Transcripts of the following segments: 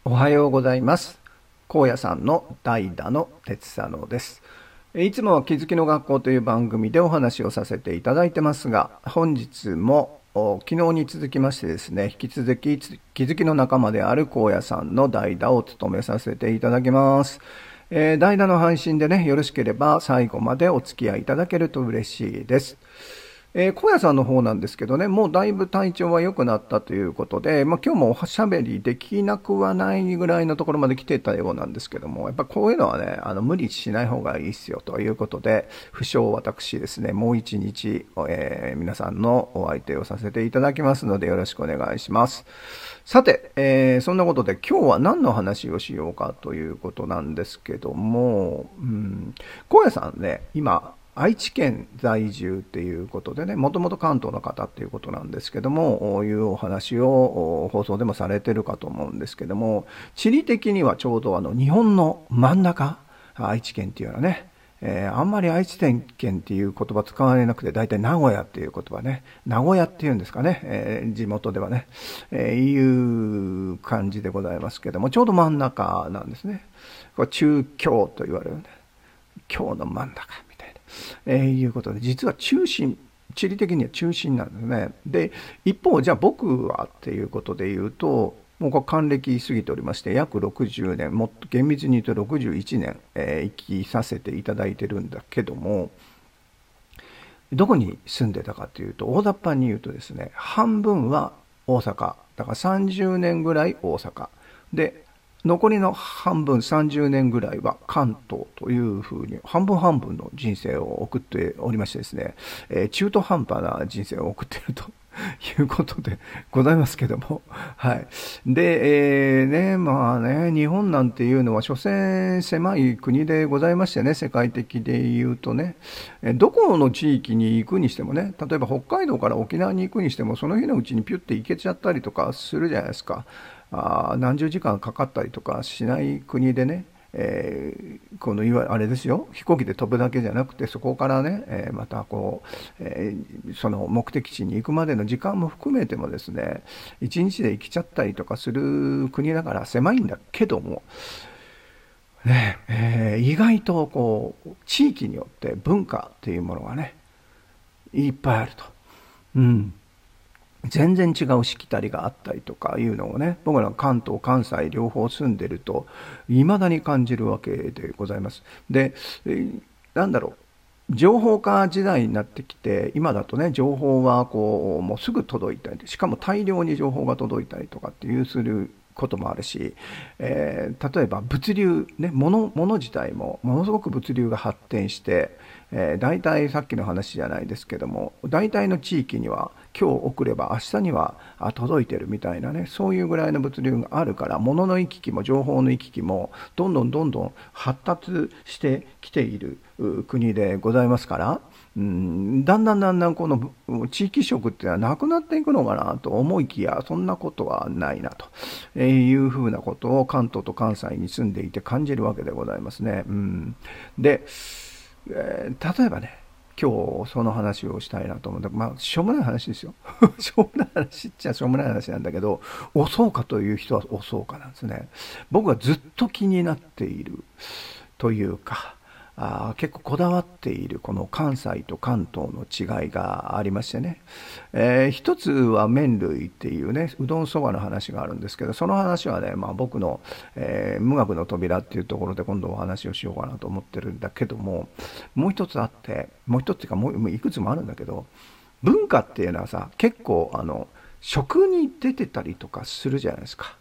おはようございます。高野さんの代打の鉄佐野です。いつもは気づきの学校という番組でお話をさせていただいてますが、本日も昨日に続きましてですね、引き続き気づきの仲間である高野さんの代打を務めさせていただきます。代打の配信でね、よろしければ最後までお付き合いいただけると嬉しいです。高野さんの方なんですけどね、もうだいぶ体調は良くなったということで、今日もおしゃべりできなくはないぐらいのところまで来てたようなんですけども、やっぱこういうのはね、無理しない方がいいですよということで、不詳私ですね、もう一日、皆さんのお相手をさせていただきますのでよろしくお願いします。さて、そんなことで今日は何の話をしようかということなんですけども、高野さんね、今、愛知県在住っていうことでね、もともと関東の方っていうことなんですけども、いうお話を放送でもされてるかと思うんですけども、地理的にはちょうど日本の真ん中、愛知県っていうのはね、あんまり愛知県っていう言葉使われなくて、だいたい名古屋っていう言葉ね、名古屋っていうんですかね、地元ではね、いう感じでございますけども、ちょうど真ん中なんですね。これ中京と言われるね、京の真ん中。いうことで、実は中心、地理的には中心なんですね。で、一方、じゃあ僕はっていうことで言うと、もうこれ還暦過ぎておりまして、約60年、もっと厳密に言うと61年、生きさせていただいてるんだけども、どこに住んでたかというと、大雑把に言うとですね、半分は大阪、だから30年ぐらい大阪。で、残りの半分30年ぐらいは関東というふうに半分半分の人生を送っておりましてですね、中途半端な人生を送っているということでございますけども、はい。で、まあね、日本なんていうのは所詮狭い国でございましてね、世界的で言うとね、どこの地域に行くにしてもね、例えば北海道から沖縄に行くにしても、その日のうちにピュッて行けちゃったりとかするじゃないですか。何十時間かかったりとかしない国でね、このいわゆるあれですよ、飛行機で飛ぶだけじゃなくて、そこからね、またこう、その目的地に行くまでの時間も含めてもですね、一日で行きちゃったりとかする国だから狭いんだけども、ね、意外とこう地域によって文化っていうものがね、いっぱいあると。うん。全然違うしきたりがあったりとかいうのをね、僕ら関東関西両方住んでると未だに感じるわけでございます。で、なんだろう、情報化時代になってきて、今だとね、情報はこうもうすぐ届いたり、しかも大量に情報が届いたりとかっていうすることもあるし、例えば物流ね、物自体もものすごく物流が発展して、大体さっきの話じゃないですけども、大体の地域には今日送れば明日には届いてるみたいなね、そういうぐらいの物流があるから、物の行き来も情報の行き来もどんどん発達してきている国でございますから、だんだんこの地域色っていうのはなくなっていくのかなと思いきや、そんなことはないなというふうなことを関東と関西に住んでいて感じるわけでございますね。で、例えばね、今日その話をしたいなと思うんだけど、まあ、しょうもない話ですよ。しょうもない話っちゃしょうもない話なんだけど、おそうかという人はおそうかなんですね。僕はずっと気になっているというか、結構こだわっているこの関西と関東の違いがありましてね、一つは麺類っていうね、うどんそばの話があるんですけど、その話はね、まあ、僕の、無学の扉っていうところで今度お話をしようかなと思ってるんだけども、もう一つあって、もう一つっていうかもういくつもあるんだけど、文化っていうのはさ、結構食に出てたりとかするじゃないですか。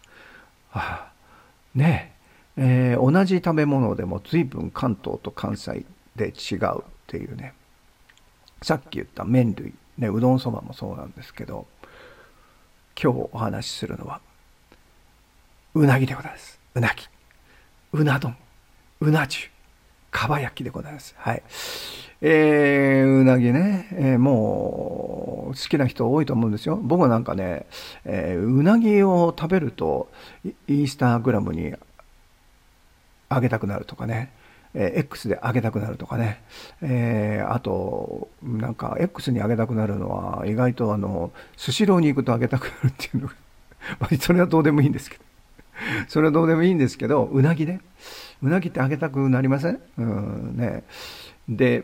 ね同じ食べ物でも随分関東と関西で違うっていうね。さっき言った麺類、ね、うどんそばもそうなんですけど、今日お話しするのは、うなぎでございます。うなぎ。うな丼。うな重。かば焼きでございます。はい。うなぎね、もう好きな人多いと思うんですよ。僕はなんかね、うなぎを食べるとインスタグラムに上げたくなるとかね、X で上げたくなるとかね、あとなんか X に上げたくなるのは意外とスシローに行くと上げたくなるっていうのがそれはどうでもいいんですけど、 それはどうでもいいんですけど、うなぎね。うなぎってあげたくなりません？ね。で、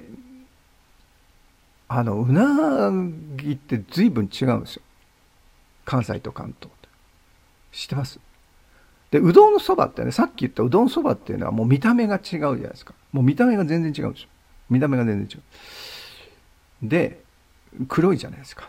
うなぎって随分違うんですよ。関西と関東って。知ってます？で、うどんのそばってね、さっき言ったうどんそばっていうのはもう見た目が違うじゃないですか。もう見た目が全然違うんですよ。見た目が全然違う。で、黒いじゃないですか。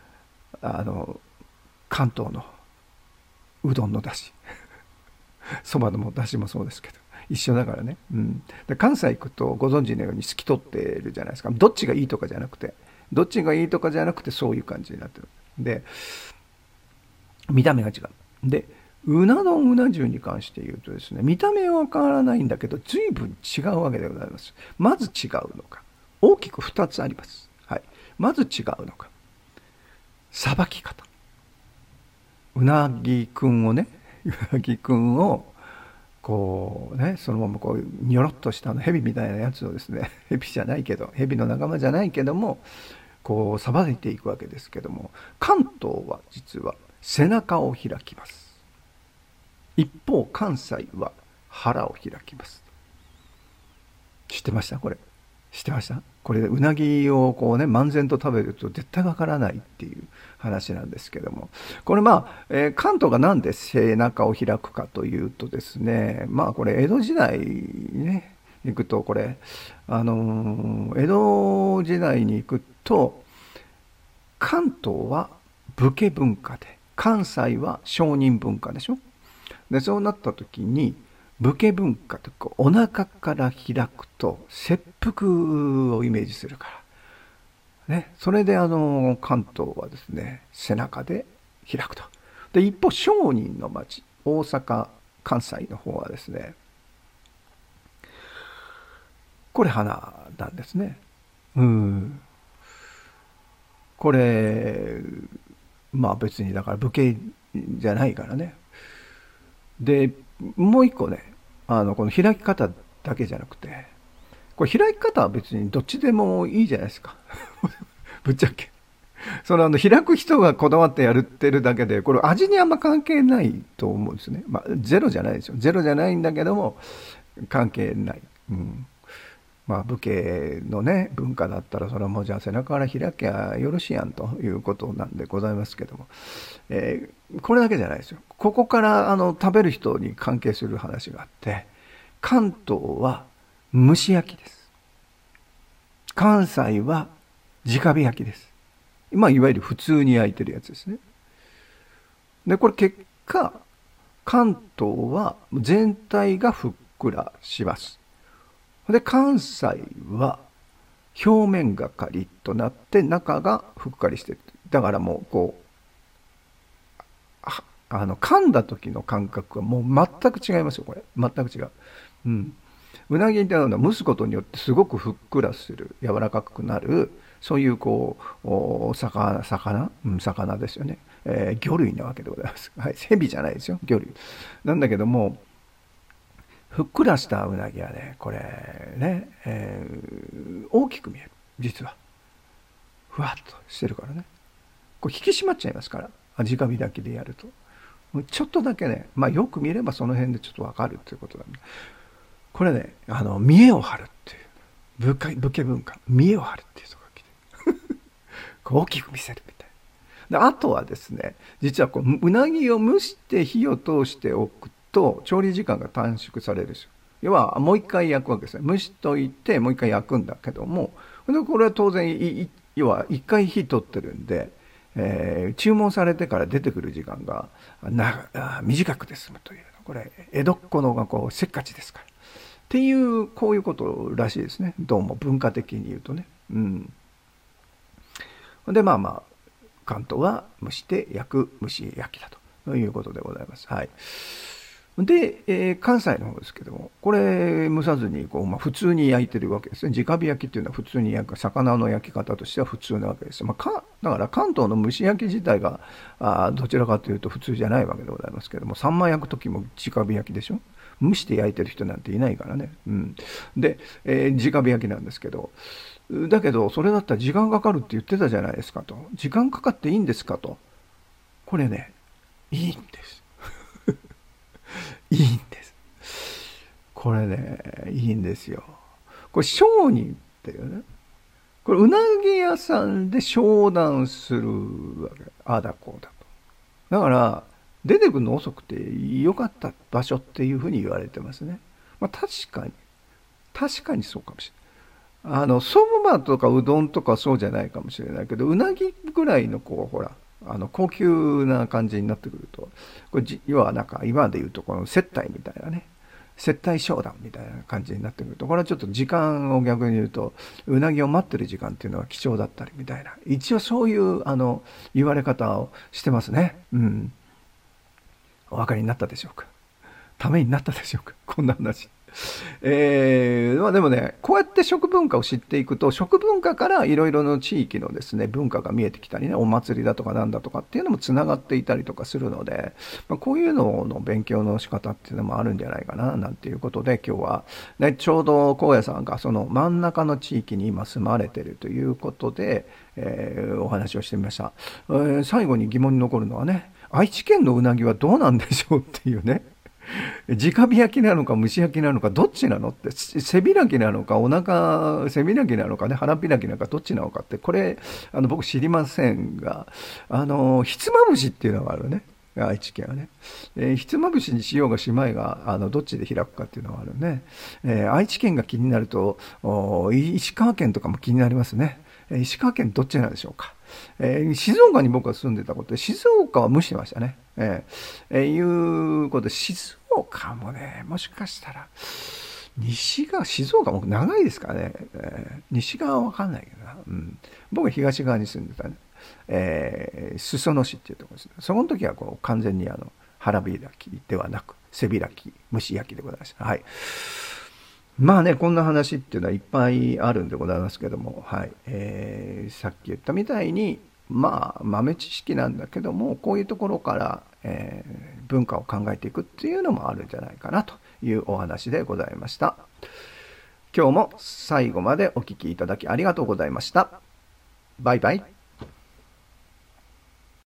関東のうどんのだし。そばのもだしもそうですけど。一緒だからね。うん。で関西行くとご存知のように透き通ってるじゃないですか。どっちがいいとかじゃなくて、どっちがいいとかじゃなくてそういう感じになってる。で、見た目が違う。で、うな丼うな重に関して言うとですね、見た目は変わらないんだけど、随分違うわけでございます。まず違うのが、大きく2つあります。はい。まず違うのが、さばき方。うなぎくんをね、うなぎくんを、こうね、そのままこう、にょろっとした蛇みたいなやつをですね、蛇じゃないけど、蛇の仲間じゃないけども、こう、さばいていくわけですけども、関東は実は背中を開きます。一方、関西は腹を開きます。知ってましたこれ？知ってました？これ、うなぎをこうね、漫然と食べると絶対わからないっていう話なんですけども。これ関東がなんで背中を開くかというとですね、これ、江戸時代にね、行くと、これ、江戸時代に行くと、関東は武家文化で、関西は商人文化でしょ。で、そうなった時に、武家文化とかお腹から開くと切腹をイメージするから。ね。それで関東はですね、背中で開くと。で、一方、商人の町、大阪、関西の方はですね、これ花なんですね。うん。これ、別にだから武家じゃないからね。で、もう一個ね、この開き方だけじゃなくて、これ開き方は別にどっちでもいいじゃないですか。ぶっちゃけ。開く人がこだわってやってるだけで、これ味にあんま関係ないと思うんですね。ゼロじゃないですよ。ゼロじゃないんだけども、関係ない。うん。武家のね、文化だったら、それはもうじゃあ背中から開きゃよろしいやんということなんでございますけども。これだけじゃないですよ。ここから食べる人に関係する話があって、関東は蒸し焼きです。関西は直火焼きです。いわゆる普通に焼いてるやつですね。で、これ結果、関東は全体がふっくらします。で、関西は表面がカリッとなって中がふっかりしてる。だからもうこう、噛んだ時の感覚はもう全く違いますよ、これ。全く違う。うん。うなぎっていうのは蒸すことによってすごくふっくらする、柔らかくなる、そういうこう、魚ですよね。魚類なわけでございます。はい。蛇じゃないですよ、魚類。なんだけども、ふっくらしたうなぎはね、これね、大きく見える。実は。ふわっとしてるからね。これ引き締まっちゃいますから。直火だけでやると。ちょっとだけね、よく見ればその辺でちょっとわかるということなんで。これね、見栄を張るっていう。武家文化。見栄を張るっていう人が来て。大きく見せるみたいな。で、あとはですね、実はこう、うなぎを蒸して火を通しておくと、調理時間が短縮されるんですよ。要は、もう一回焼くわけですね。蒸しといて、もう一回焼くんだけども、でこれは当然、要は一回火取ってるんで、注文されてから出てくる時間が短くで済むという。これ、江戸っ子のこうせっかちですから。っていう、こういうことらしいですね。どうも文化的に言うとね。うん。で、関東は蒸して焼く蒸し焼きだということでございます。はい。で、関西の方ですけども、これ蒸さずにこう、普通に焼いてるわけですね。直火焼きっていうのは普通に焼く、魚の焼き方としては普通なわけです。だから関東の蒸し焼き自体がどちらかというと普通じゃないわけでございますけども、サンマ焼く時も直火焼きでしょ。蒸して焼いてる人なんていないからね。うん。で、直火焼きなんですけど、だけど、それだったら時間かかるって言ってたじゃないですかと。時間かかっていいんですかと。これね、いいんです。 これね、いいんですよ。これ商人っていうね。これうなぎ屋さんで商談するわけ。ああだこうだと。だから、出てくるの遅くて良かった場所っていうふうに言われてますね。まあ確かにそうかもしれない。そばとかうどんとかそうじゃないかもしれないけど、うなぎぐらいのこう、ほら、高級な感じになってくると、これ要はなんか今で言うとこの接待みたいなね、接待商談みたいな感じになってくると、これはちょっと時間を逆に言うと、うなぎを待ってる時間っていうのは貴重だったりみたいな、一応そういう言われ方をしてますね。うん。お分かりになったでしょうか。ためになったでしょうか。こんな話。まあでもね、こうやって食文化を知っていくと、食文化からいろいろな地域のですね、文化が見えてきたりね、お祭りだとかなんだとかっていうのもつながっていたりとかするので、まあ、こういうのの勉強の仕方っていうのもあるんじゃないかな、なんていうことで今日は、ね、ちょうど荒野さんがその真ん中の地域に今住まれているということで、お話をしてみました。最後に疑問に残るのはね、愛知県のうなぎはどうなんでしょうっていうね。直火焼きなのか蒸し焼きなのかどっちなのって、背開きなのかお腹背開きなのかね、腹開きなのかどっちなのかって、これ僕知りませんが、ひつまぶしっていうのがあるね、愛知県はね、ひつまぶしにしようがしまいがどっちで開くかっていうのがあるね、愛知県が気になると石川県とかも気になりますね。石川県どっちなんでしょうか。静岡に僕は住んでたことで、静岡は蒸してましたね。いうことで、静岡もね、もしかしたら、静岡も長いですからね。西側はわかんないけどな。うん、僕は東側に住んでたね。裾野市っていうところですね。その時はこう完全に腹開きではなく、背開き、蒸し焼きでございました。はい。まあね、こんな話っていうのはいっぱいあるんでございますけども、はい。さっき言ったみたいに、まあ、豆知識なんだけども、こういうところから、文化を考えていくっていうのもあるんじゃないかなというお話でございました。今日も最後までお聞きいただきありがとうございました。バイバイ。